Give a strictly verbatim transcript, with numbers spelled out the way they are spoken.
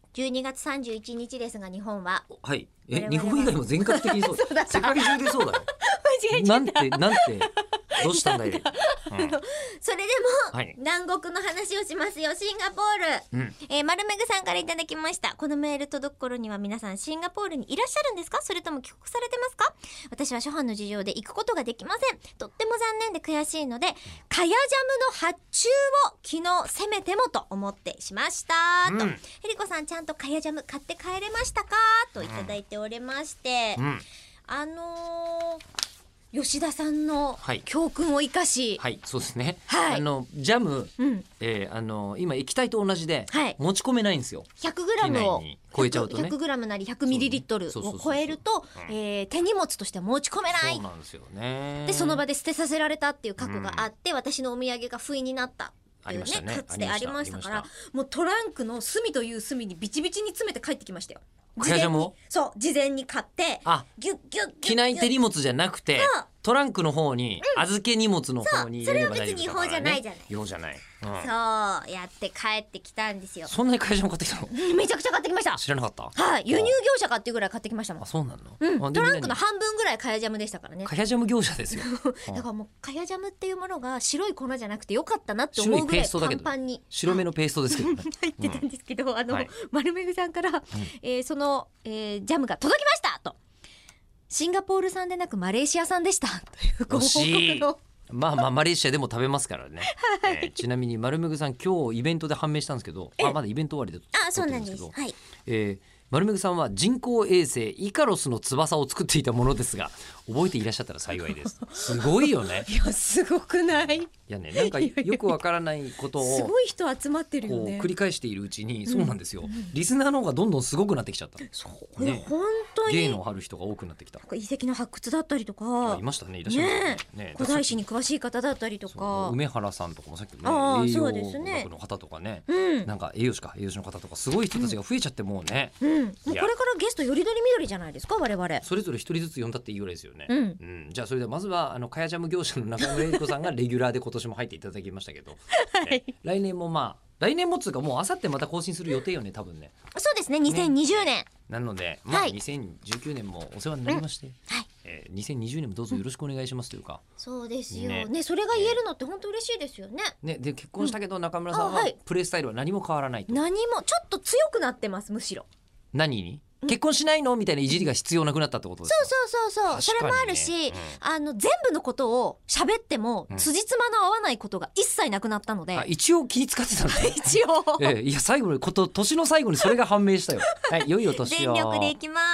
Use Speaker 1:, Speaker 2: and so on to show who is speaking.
Speaker 1: じゅうにがつさんじゅういちにちですが、日本は
Speaker 2: はいえ日本以外も全国的にそう
Speaker 1: そうだった
Speaker 2: 世界中でそうだよ
Speaker 1: 間違えちゃ
Speaker 2: なん
Speaker 1: った
Speaker 2: てなんてどうしたんだい、うん、
Speaker 1: それでも、
Speaker 2: はい
Speaker 1: 南国の話をしますよ。シンガポール、
Speaker 2: うん
Speaker 1: えー、丸めぐさんからいただきました。このメール届く頃には皆さんシンガポールにいらっしゃるんですか、それとも帰国されてますか。私は諸般の事情で行くことができません。とっても残念で悔しいので、カヤジャムの発注を昨日せめてもと思ってしましたと、
Speaker 2: うん、
Speaker 1: へりこさんちゃんとカヤジャム買って帰れましたかといただいておりまして、
Speaker 2: うん、
Speaker 1: あのー吉田さんの
Speaker 2: はい
Speaker 1: 教訓を生かし、
Speaker 2: はい、そうですね、
Speaker 1: はい、
Speaker 2: あのジャム、
Speaker 1: うん
Speaker 2: えー、あの今液体と同じで、
Speaker 1: はい、
Speaker 2: 持ち込めないんですよ。
Speaker 1: ひゃくグラム を
Speaker 2: 超えちゃうとね
Speaker 1: ひゃくグラム なり ひゃくミリリットル を超えると、えー手荷物としては持ち込めない。
Speaker 2: そうなんですよね。
Speaker 1: でその場で捨てさせられたっていう過去があって、うん、私のお土産が不意になったっていう ね, ねかつてありましたから、もうトランクの隅という隅にビチビチに詰めて帰ってきましたよ。
Speaker 2: カヤジャムを
Speaker 1: そう事前に買って、
Speaker 2: あ
Speaker 1: ギュッギュッギュッ
Speaker 2: 機内手荷物じゃなくてトランクの方に、うん、預け荷物の方に入れれば大丈夫だからね。
Speaker 1: それは別に違法じゃないじゃない。
Speaker 2: 違法じゃない、うん、
Speaker 1: そうやって帰ってきたんですよ。
Speaker 2: そんなにカヤジャム買ってきたの？
Speaker 1: めちゃくちゃ買ってきました。
Speaker 2: 知らなかった。
Speaker 1: はい、輸入業者かっていうぐらい買ってきましたもん。
Speaker 2: あ、そうなの、
Speaker 1: うん、トランクの半分ぐらいカヤジャムでしたからね。
Speaker 2: カヤジャム業者ですよ
Speaker 1: だからもうカヤジャムっていうものが白い粉じゃなくてよかったなって思うぐらいパンパンに
Speaker 2: 白めのペーストですけどね
Speaker 1: 入ってたんですけど、うん、あの、はい、丸めぐさんから、うん、えー、その、えー、ジャムが届きましたと、シンガポール産でなくマレーシア産でしたというご報告の
Speaker 2: まあまあマレーシアでも食べますからね、はい、えー、ちなみに丸めぐさん今日イベントで判明したんですけど、あまだイベント終わりで
Speaker 1: あそうなんです、はい、
Speaker 2: えー丸めぐさんは人工衛星イカロスの翼を作っていたものですが、覚えていらっしゃったら幸いです。すごいよね。
Speaker 1: いやすごくない？い
Speaker 2: やね、なんかよくわからないことを
Speaker 1: すごい人集まってるよね。
Speaker 2: こう繰り返しているうちに、そうなんですよ、うんうん、リスナーの方がどんどんすごくなってきちゃった。
Speaker 1: そうね、本当に
Speaker 2: 芸のある人が多くなってきた。
Speaker 1: 遺跡の発掘だったりとか
Speaker 2: いましたね、いらっしゃいましたね。ね
Speaker 1: ね、古代史に詳しい方だったりとか、
Speaker 2: 梅原さんとかもさっきね、
Speaker 1: あ
Speaker 2: 栄養
Speaker 1: そうですね、
Speaker 2: 学の方とかね、
Speaker 1: うん、
Speaker 2: なんか栄養士か栄養士の方とかすごい人たちが増えちゃって、もうね、
Speaker 1: うんうん、もうこれからゲストよりどりみどりじゃないですか我々。
Speaker 2: それぞれ一人ずつ呼んだっていいぐらいですよね、
Speaker 1: うんうん、
Speaker 2: じゃあそれではまずはあのカヤジャム業者の中村恵理子さんがレギュラーで今年も入っていただきましたけど、はい、来年もまあ来年もつうかもうあさってまた更新する予定よね多分ね。
Speaker 1: そうですねにせんにじゅうねん、ね、
Speaker 2: なので、まあ、にせんじゅうきゅうねんもお世話になりまして、うん、
Speaker 1: はい、
Speaker 2: えー、にせんにじゅうねんもどうぞよろしくお願いしますというか、
Speaker 1: うん、そうですよ ね, ねそれが言えるのって本当嬉しいですよね。
Speaker 2: ねで結婚したけど中村さんはプレースタイルは何も変わらないと、
Speaker 1: 何もちょっと強くなってます。むしろ
Speaker 2: 何に結婚しないのみたいないじりが必要なくなったってことですか？
Speaker 1: そうそうそうそう、ね、それもあるし、うん、あの全部のことを喋っても、うん、辻褄の合わないことが一切なくなったので、
Speaker 2: あ一応気使ってたんだ
Speaker 1: 一応、
Speaker 2: ええ、いや最後にこと年の最後にそれが判明したよはい、良いお年を
Speaker 1: 全力でいきます。